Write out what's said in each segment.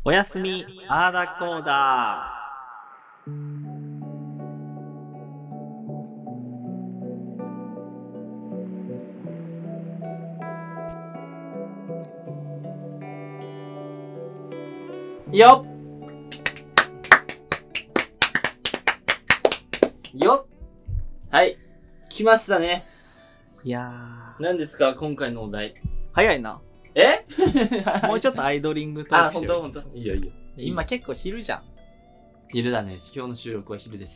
おやすみあーだこーだ。よっよっ、はい、来ましたね。 いや何ですか今回のお題。 早いな。 えもうちょっとアイドリングトーあ、 クしよう。 ほんといいよいいよ。 今結構昼じゃん。 昼だね。今日の収録は昼です。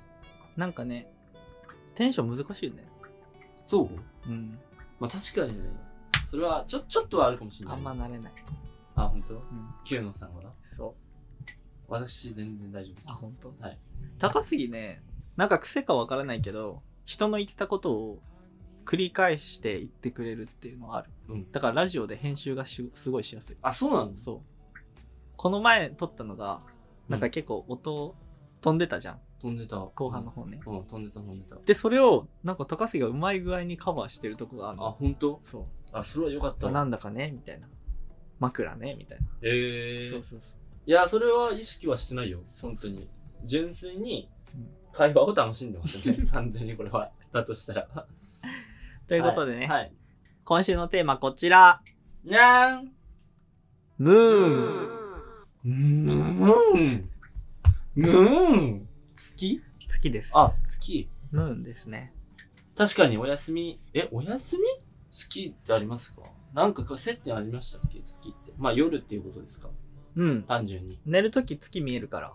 なんかね、テンション難しいよね。 そううん。 まあ確かにね。それはちょっとはあるかもしれない。 あんま慣れない。 あ、ほんと？ うん。 九野さんはな。 そう。 私全然大丈夫です。 あ、ほんと？ はい。 高杉ね、なんか癖かわからないけど、人の言ったことを繰り返して言ってくれるっていうのはある。 うん。 だからラジオで編集がすごいしやすい。 あ、そうなの？ そう。この前撮ったのが、なんか結構音飛んでたじゃん。 飛んでた。 後半の方ね。 うん、飛んでた。 で、それを、なんか高杉がうまい具合にカバーしてるとこがあるの。 あ、ほんと？ そう。 あ、それはよかったわ。 なんだかねみたいな。枕ねみたいな。そうそうそう。 いや、それは意識はしてないよ。本当に。純粋に会話を楽しんでますね。完全にこれは。だとしたら。 ということでね、 はい。 今週のテーマこちら。 にゃーん。 ムーン。 月？ 月です。 あ、月。 ムーンですね。 確かにお休み。お休み？月ってありますか？なんか接点ありましたっけ？月って。まあ夜っていうことですか？ うん。 単純に。 寝るとき月見えるから。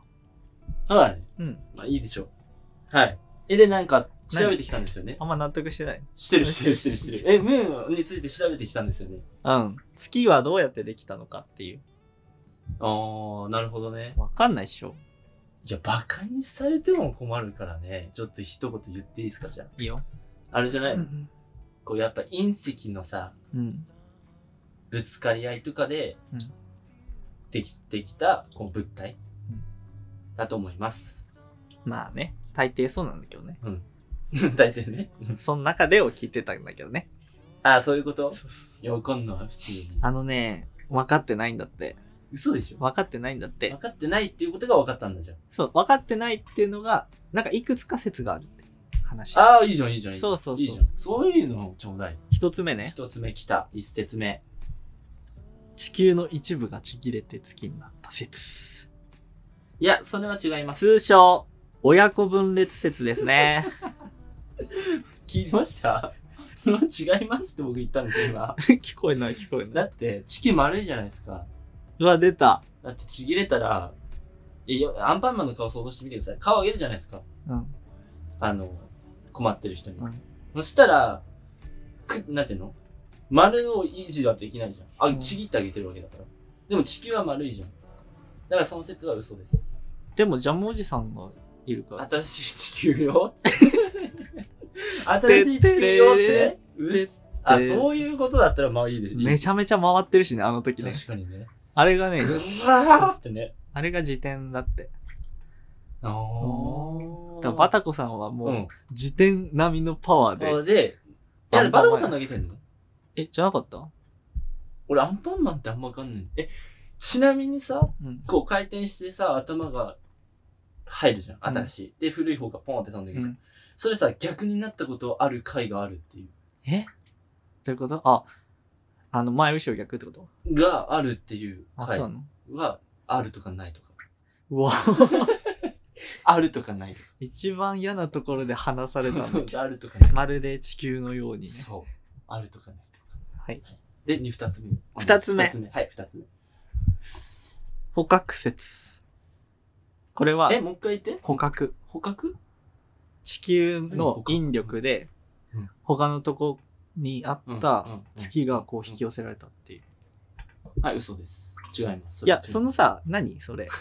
はい。 うん。 まあいいでしょう。はい。で、なんか調べてきたんですよね。 あんま納得してない。 してる。ムーンについて調べてきたんですよね。 うん。月はどうやってできたのかっていう。 あー、なるほどね。 わかんないっしょ。 いや、バカにされても困るからね。ちょっと一言言っていいですか、じゃあ。 いいよ。 あれじゃないの、 うんこう、やっぱ隕石のさ、ぶつかり合いとかで、できた、こう、物体、だと思います。 まあね。大抵そうなんだけどね。 うん。大抵ね。 その中でを聞いてたんだけどね。 あ、そういうこと？いや、わかんない、普通に。 分かってないんだって。 嘘でしょ？ 分かってないんだって。 分かってないっていうことが分かったんだじゃん。 そう、分かってないっていうのが、なんかいくつか説があるって話。 ああ、いいじゃん。 そう。 いいじゃん。そういうのをちょうだい。 一つ目ね。 一つ目来た。一説目。 地球の一部がちぎれて月になった説。 いや、それは違います。 通称、親子分裂説ですね。 聞いてました？それは違いますって僕言ったんですよ、今。 聞こえない。 だって、地球丸いじゃないですか。 うわ、出た。 だってちぎれたら、アンパンマンの顔想像してみてください。顔上げるじゃないですか。 うん。 困ってる人に。 うん、 そしたら、なんていうの？丸を維持はできないじゃん。ちぎってあげてるわけだから。でも地球は丸いじゃん。だからその説は嘘です。 でもジャムおじさんがいるから。 新しい地球よって。新しい地球よってあ、そういうことだったらまあいいです。 めちゃめちゃ回ってるしね、あの時ね。 確かにね。 あれがね、 ぐらーってね。 あれが時点だって。 だからバタコさんはもう、時点並みのパワーで。 バタコさん投げてんの？ じゃなかった？ 俺アンパンマンってあんまわかんない。ちなみにさ、こう回転してさ、頭が入るじゃん。新しい。で、古い方がポンって飛んでいくじゃん。それさ、逆になったことある回があるっていう。 どういうこと？前後ろ逆ってことがあるっていう回はあるとかないとか。 うわあるとかないとか。 一番嫌なところで話されたんだ。 そう、あるとかない。 まるで地球のようにね。 そう。あるとかないとか。 はい。 で、二つ目。 二つ目。 はい、二つ目。 捕獲説。これは、 もう一回言って。 捕獲。地球の引力で、他のとこにあった月がこう引き寄せられたっていう。 はい、嘘です。違います。 いや、そのさ、何それ。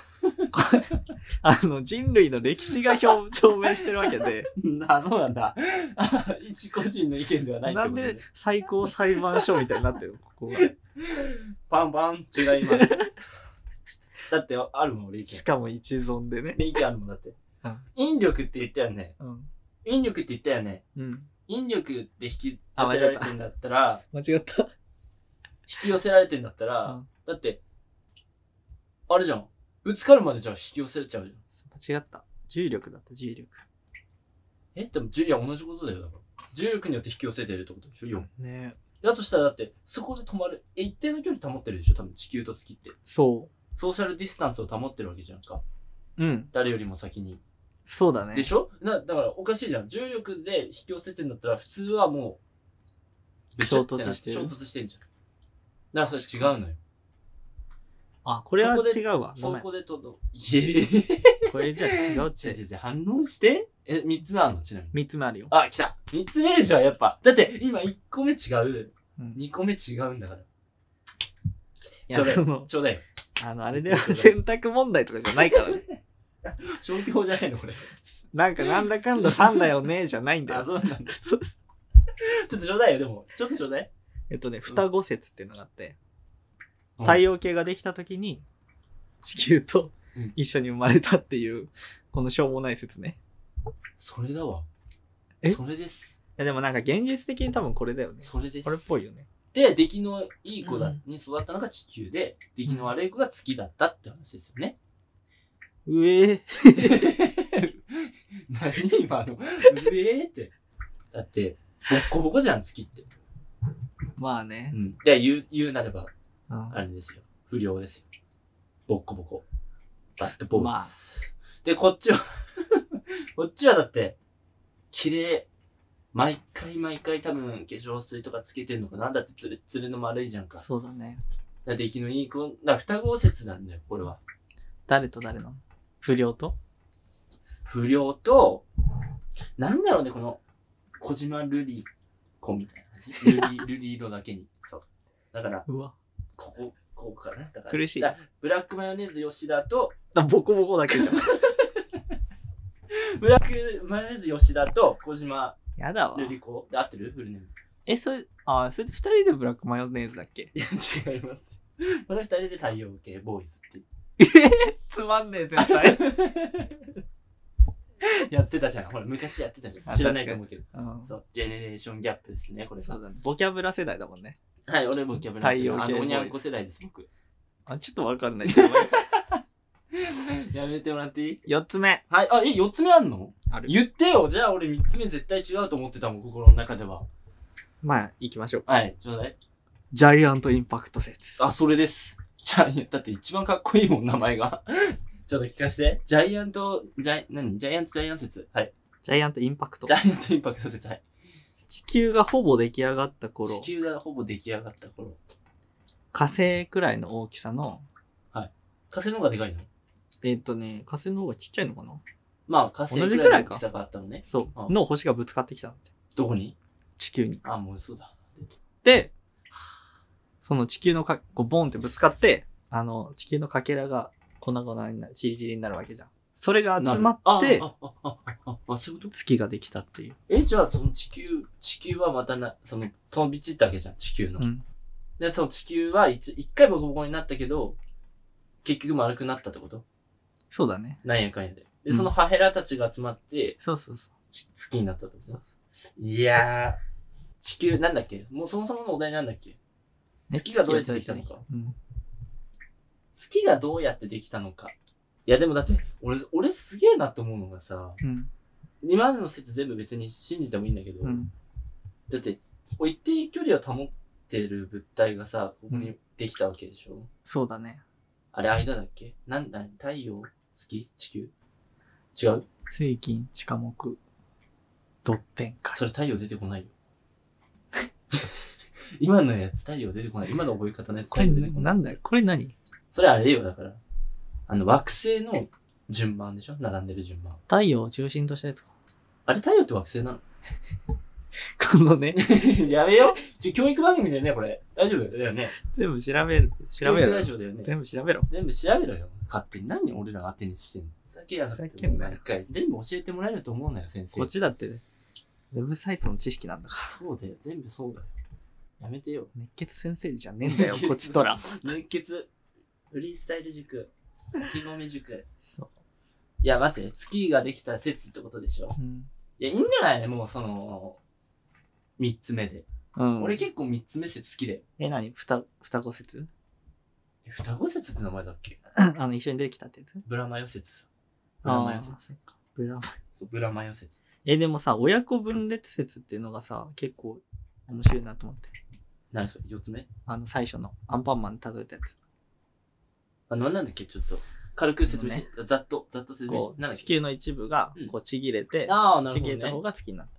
人類の歴史が証明してるわけで。 そうなんだ。一個人の意見ではないってことで。 なんで最高裁判所みたいになってるのここが。 パンパン、違います。だって、あるもん、俺意見。 しかも一存でね。 意見あるもん、だって。引力って言ったよね。引力って言ったよね。引力で引き寄せられてんだったら、 間違った。 引き寄せられてんだったら、だって、 あれじゃん。ぶつかるまでじゃあ引き寄せちゃうじ間違った。重力だった、重力。 ゃん。でも、いや、同じことだよ。だから。重力によって引き寄せてるってことでしょ、4。 ね。 だとしたらだって、そこで止まる。一定の距離保ってるでしょ、多分地球と月って。 そソーシャルディスタンスを保ってるわけじゃんか。 う。うん。 誰よりも先に。 そうだね。 でしょだからおかしいじゃん。重力で引き寄せてんだったら、普通はもう、 衝突してる。 衝突してんじゃん。だからそれ違うのよ。 あ、これは違うわ。 そこでいえこれじゃ違うって。 違う反応して。3つ目あるのちなみに。 3つ目あるよ。 あ、来た !3 つ目でしょ、やっぱ。だって、今1個目違う。2個目違うんだから。 いや、 ちょうだいよ。 あれでは選択問題とかじゃないからね。 消去法じゃないのこれ。 なんだかんだ3だよね、じゃないんだよ。 あ、そうなんだ。ちょっとちょうだいよ、でも。ちょっとちょうだい。 双子説っていうのがあって、太陽系ができた時に、地球と一緒に生まれたっていう、このしょうもない説ね。 それだわ。それです。 いやでもなんか現実的に多分これだよね。 それです。 これっぽいよね。 で、出来のいい子に育ったのが地球で、出来の悪い子が月だったって話ですよね。 何今のって。だって、ボッコボコじゃん、月って。 まあね。 で、言うなれば、あれですよ。不良ですよ。ボッコボコ。バッドボーイズ。で、こっちはだって、綺麗。毎回多分化粧水とかつけてんのかな。だってつるの丸いじゃんか。 そうだね。 だって生きのいい子、双子説なんだよ、これは。 誰と誰なの？不良と、 なんだろうね、この、小島瑠璃子みたいな感じ。瑠璃色だけに。そう。だから、ここかな。だから苦しい。 ブラックマヨネーズ吉田と、 ボコボコだけじゃん。 ブラックマヨネーズ吉田と小島やだわ。 瑠璃子で合ってるフルネーム。 それで二人でブラックマヨネーズだっけ？ いや、違います。この二人で太陽系ボーイズってつまんねえ、絶対。 やってたじゃん。ほら、昔やってたじゃん。知らないと思うけど。そう、ジェネレーションギャップですね、これが。 そうだね。ボキャブラ世代だもんね。 はい、俺ボキャブラ世代。 太陽系おにゃんこ世代です、僕。 ちょっとわかんないけど。 やめてもらっていい？ 4 つ目。 はい、4つ目あんの？ ある。 言ってよ。じゃあ俺3つ目絶対違うと思ってたもん、心の中では。 まあ、行きましょう。 はい、ちょうだい。 ジャイアントインパクト説。 それです。だって一番かっこいいもん、名前が。ちょっと聞かして。ジャイアント説。はい。 ジャイアントインパクト。 ジャイアントインパクト説。はい。 地球がほぼ出来上がった頃。火星くらいの大きさの。 はい。火星の方がでかいの？ 火星の方がちっちゃいのかな？ まあ、火星くらいの大きさがあったのね。 そう。の星がぶつかってきたんだよ。 どこに？ 地球に。 もう嘘だ。 で、その地球のボンってぶつかって、地球のかけらが粉々になる、チリチリになるわけじゃん。それが集まって、 そういうこと？ 月ができたっていう。 じゃあ、その地球はまた飛び散ったわけじゃん、地球の。で、その地球は一回ボコボコになったけど、結局丸くなったってこと？ そうだね。 なんやかんやで。で、そのハヘラたちが集まって、 そうそうそう。 月になったってこと？いやー、地球なんだっけ？もうそもそものお題なんだっけ？月がどうやってできたのか。月がどうやってできたのか。いやでもだって、俺すげえなと思うのがさ、今までの説全部別に信じてもいいんだけど、だって、一定距離を保ってる物体がさ、ここにできたわけでしょ？ そうだね。 あれ間だっけ？太陽？月？地球？違う？ 星金、地下木、ドッテンか。 それ太陽出てこないよ。今のやつ太陽出てこない。今の覚え方のやつ太陽出てこない。 なんだよ。これ何？ それあれよ、だから。惑星の順番でしょ？並んでる順番。 太陽を中心としたやつか。 あれ太陽って惑星なの？ このね。 やめよ。教育番組だよね、これ。大丈夫だよね。 全部調べる。 教育ラジオだよね。 全部調べろ。 全部調べろよ。勝手に。何俺らが当てにしてんの？ふざけやがって。ふざけんなよ。全部教えてもらえると思うなよ、先生。 こっちだって、ウェブサイトの知識なんだから。 そうだよ。全部そうだよ。やめてよ。 熱血先生じゃねえんだよ、こっちとら。 熱血。フリースタイル塾。ちごめ塾。 そう。 いや、待って。月ができた説ってことでしょ？いや、いいんじゃない？もう三つ目で。俺結構三つ目説好きだよ。 何？双子説？ 双子説って名前だっけ？ 一緒に出てきたってやつ？ ブラマヨ説さ。ブラマヨ説。 ブラマヨ。 そう、ブラマヨ説。 でもさ、親子分裂説っていうのがさ、結構面白いなと思って。 何それ ?4 つ目？ 最初のアンパンマンに例えたやつ。 なんだっけちょっと、軽く説明して、ざっと説明して。 地球の一部が、こうちぎれて、ちぎれた方が月になった。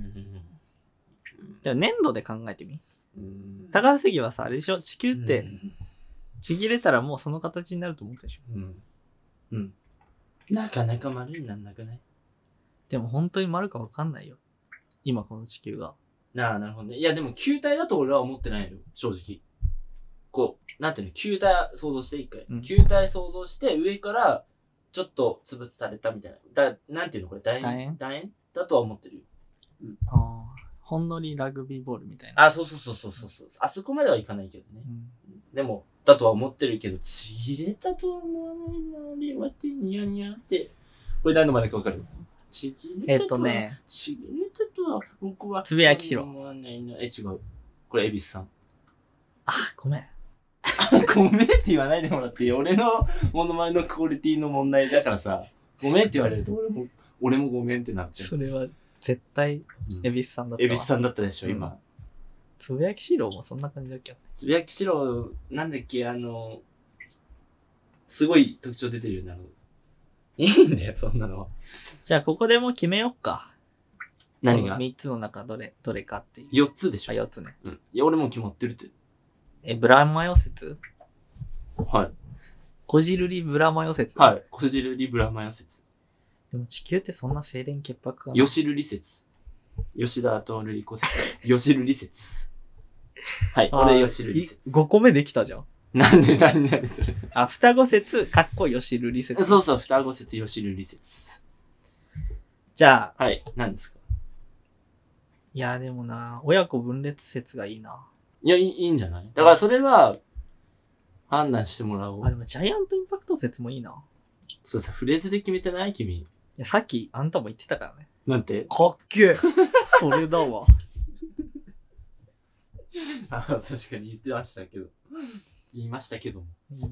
でも粘土で考えてみ。高杉はさ、あれでしょ？地球って、ちぎれたらもうその形になると思ったでしょ？ なかなか丸になんなくない？ でも本当に丸かわかんないよ。今この地球が。 なるほどね。いやでも球体だと俺は思ってないのよ、正直。こう、なんていうの、球体想像して一回。球体想像して上からちょっと潰されたみたいな。なんていうのこれ、楕円だとは思ってるよ。 ほんのりラグビーボールみたいな。 そう。あそこまではいかないけどね。でも、だとは思ってるけど、ちぎれたとは思わないな。俺はってニヤニヤって。これ何のまでかわかる？ちぎれたとは僕はつぶやきしろ。 思わないな。違う。これ、恵比寿さん。 ごめん。 ごめんって言わないでもらっていい？俺のモノマネのクオリティの問題だからさ、ごめんって言われると俺もごめんってなっちゃう。 それは絶対、恵比寿さんだったわ。 恵比寿さんだったでしょ、今。 つぶやきしろもそんな感じだっけ？ つぶやきしろ、なんだっけ、すごい特徴出てるよね、いいんだよ、そんなのは。 じゃあ、ここでもう決めよっか。 何が？ 3 つの中どれかっていう。 4つでしょ。 4つね。 いや、俺もう決まってるって。 ブラマヨ説？ はい。 こじるりブラマヨ説？ はい。こじるりブラマヨ説。 でも地球ってそんな清廉潔白かな？ よしるり説。吉田とるりこ説。よしるり説。はい。俺よしるり説。 5個目できたじゃん。 なんでそれ。 双子説、よしるり説。 そう、双子説、よしるり説。 じゃあ。 はい。何ですか？ いや、でもな、親子分裂説がいいな。 いや、いいんじゃない？だからそれは、判断してもらおう。 でもジャイアントインパクト説もいいな。 そうさ、フレーズで決めてない君。いや、さっきあんたも言ってたからね。 なんて？ かっけえ。それだわ。 確かに言ってましたけど。言いましたけど。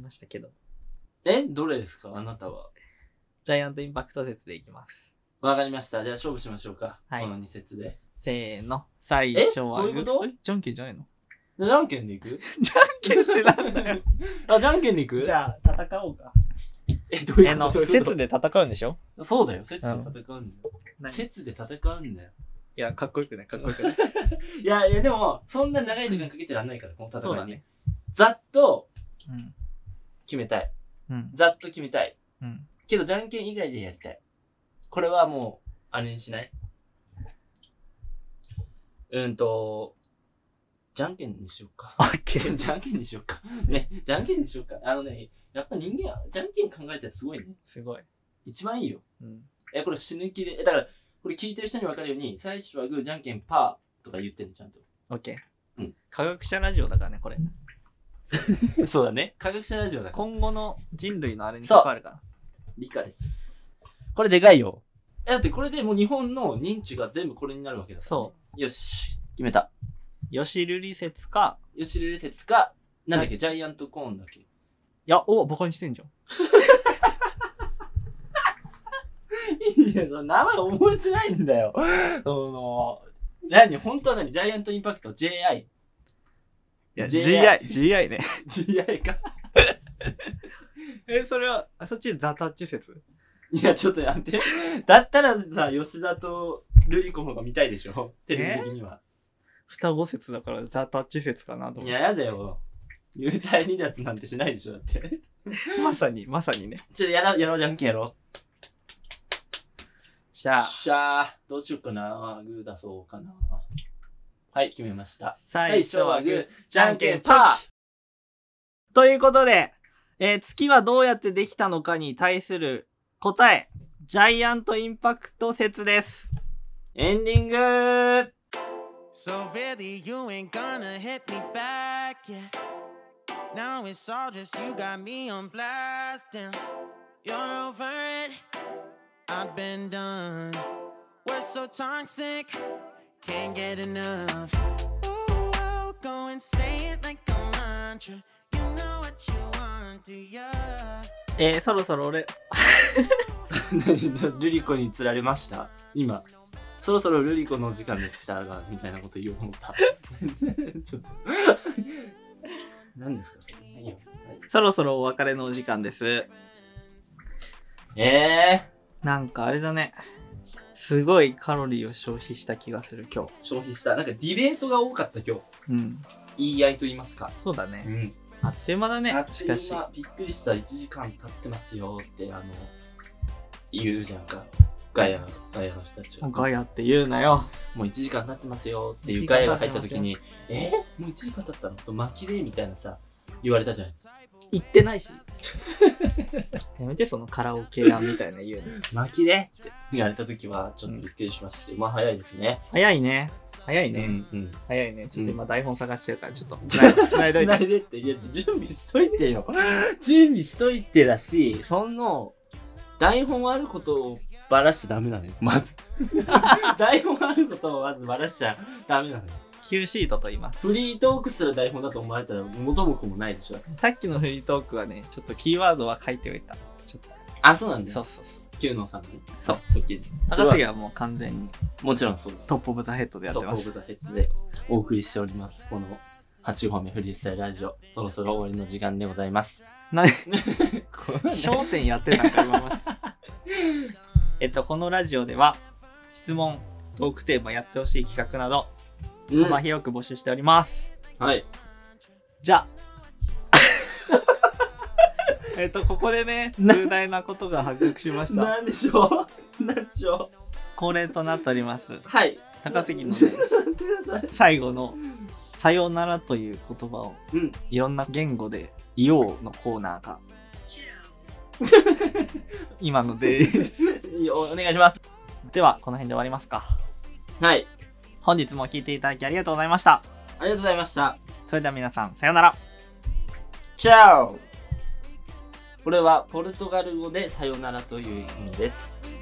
どれですか？あなたは。 ジャイアントインパクト説でいきます。 わかりました。じゃあ勝負しましょうか。 はい。 この2説で。 せーの。最初は。 そういうこと？ じゃんけんじゃないの？ じゃんけんでいく？ じゃんけんってなんだよ。 じゃんけんでいく？ じゃあ、戦おうか。 どういうこと？ 説で戦うんでしょ？ そうだよ。説で戦うんだよ。説で戦うんだよ。 いや、かっこよくない。 いや、でも、そんな長い時間かけてらんないから、この戦いに。 そうだね。 ざっと、決めたい。ざっと決めたい。けど、じゃんけん以外でやりたい。これはもう、あれにしない？じゃんけんにしようか。じゃんけんにしようか。ね、じゃんけんにしようか。やっぱ人間は、じゃんけん考えたらすごいね。 すごい。 一番いいよ。これ死ぬ気で、だから、これ聞いてる人に分かるように、最初はグー、じゃんけん、パーとか言ってね、ちゃんと。 オッケー。科学者ラジオだからね、これ。 そうだね。科学者ラジオだから。 今後の人類のあれに関わるから。 理科です。これでかいよ。だってこれでもう日本の認知が全部これになるわけだから、ね。 そう。 よし。決めた。 よしるり説か。 なんだっけ、ジャイアントコーンだっけ。いや、バカにしてんじゃん。 いや、その名前覚えづらいんだよ。本当は何？ジャイアントインパクト JI。いや、GI ね。 GI か。 それは、そっちザタッチ説？ いや、ちょっとやって。だったらさ、吉田とルリコの方が見たいでしょ？テレビ的には。 双子説だからザタッチ説かなと思って。 いや、やだよ。幽体離脱なんてしないでしょ、だって。 まさにね。 ちょっとやろう、じゃんけんやろう。しゃー。どうしようかな。グー出そうかな。はい、決めました。 最初はグー、 じゃんけんパー。 ということで、月はどうやってできたのかに対する答え、ジャイアントインパクト説です。 エンディング So really you ain't gonna hit me back, yeah. Now it's all just you got me on blast, damn. You're over it, I've been done. We're so toxic, can't get enough. Ooh, I'll go and say it like a mantra. You know what you want. そろそろ俺、 ルリコに釣られました今。そろそろルリコの時間でしたが、みたいなこと言おうと思った。ちょっと。何ですかそれ。いいよ。 そろそろお別れのお時間です。なんかあれだね。すごいカロリーを消費した気がする今日。 消費した。なんかディベートが多かった今日。 うん。 言い合いと言いますか。 そうだね。 うん。 あっという間だね。 あっという間。びっくりした。1時間経ってますよって言うじゃんか。ガヤの人たちは。 ガヤって言うなよ。 もう1時間経ってますよっていうガヤが入った時に、もう1時間経ったの？そう、巻きでみたいなさ、言われたじゃん。 言ってないし。やめてそのカラオケ屋みたいな言うの。 巻きでって言われた時はちょっとびっくりしまして、まあ早いですね。 早いね。早いね。 うん。 早いね。ちょっと今台本探してるからちょっとつないで。 つないでって。いや、準備しといてよ。準備しといてだし、台本あることをバラしちゃダメなのよ、まず。台本あることをまずバラしちゃダメなのよ。 Q シートと言います。 フリートークする台本だと思われたら元も子もないでしょ。 さっきのフリートークはね、ちょっとキーワードは書いておいた。ちょっと。 あ、そうなんだ。 そうそうそう。 Q のさんね。 そう。 OK です。 高杉はもう完全に。 もちろんそうです。 トップオブザヘッドでやってます。 トップオブザヘッドでお送りしております。この8本目フリースタイルラジオ。そろそろ終わりの時間でございます。焦点やってたんか、今まで。このラジオでは、質問、トークテーマやってほしい企画など、幅広く募集しております。 はい。 じゃあ、ここでね、重大なことが発覚しました。 なんでしょう恒例となっております。 はい。 高杉のね、最後の、さようならという言葉を、いろんな言語で言おうのコーナーが、今のでお願いします。 では、この辺で終わりますか。 はい。 本日も聞いていただきありがとうございました。 ありがとうございました。 それでは皆さん、さようなら。 チャオ。これはポルトガル語でさよならという意味です。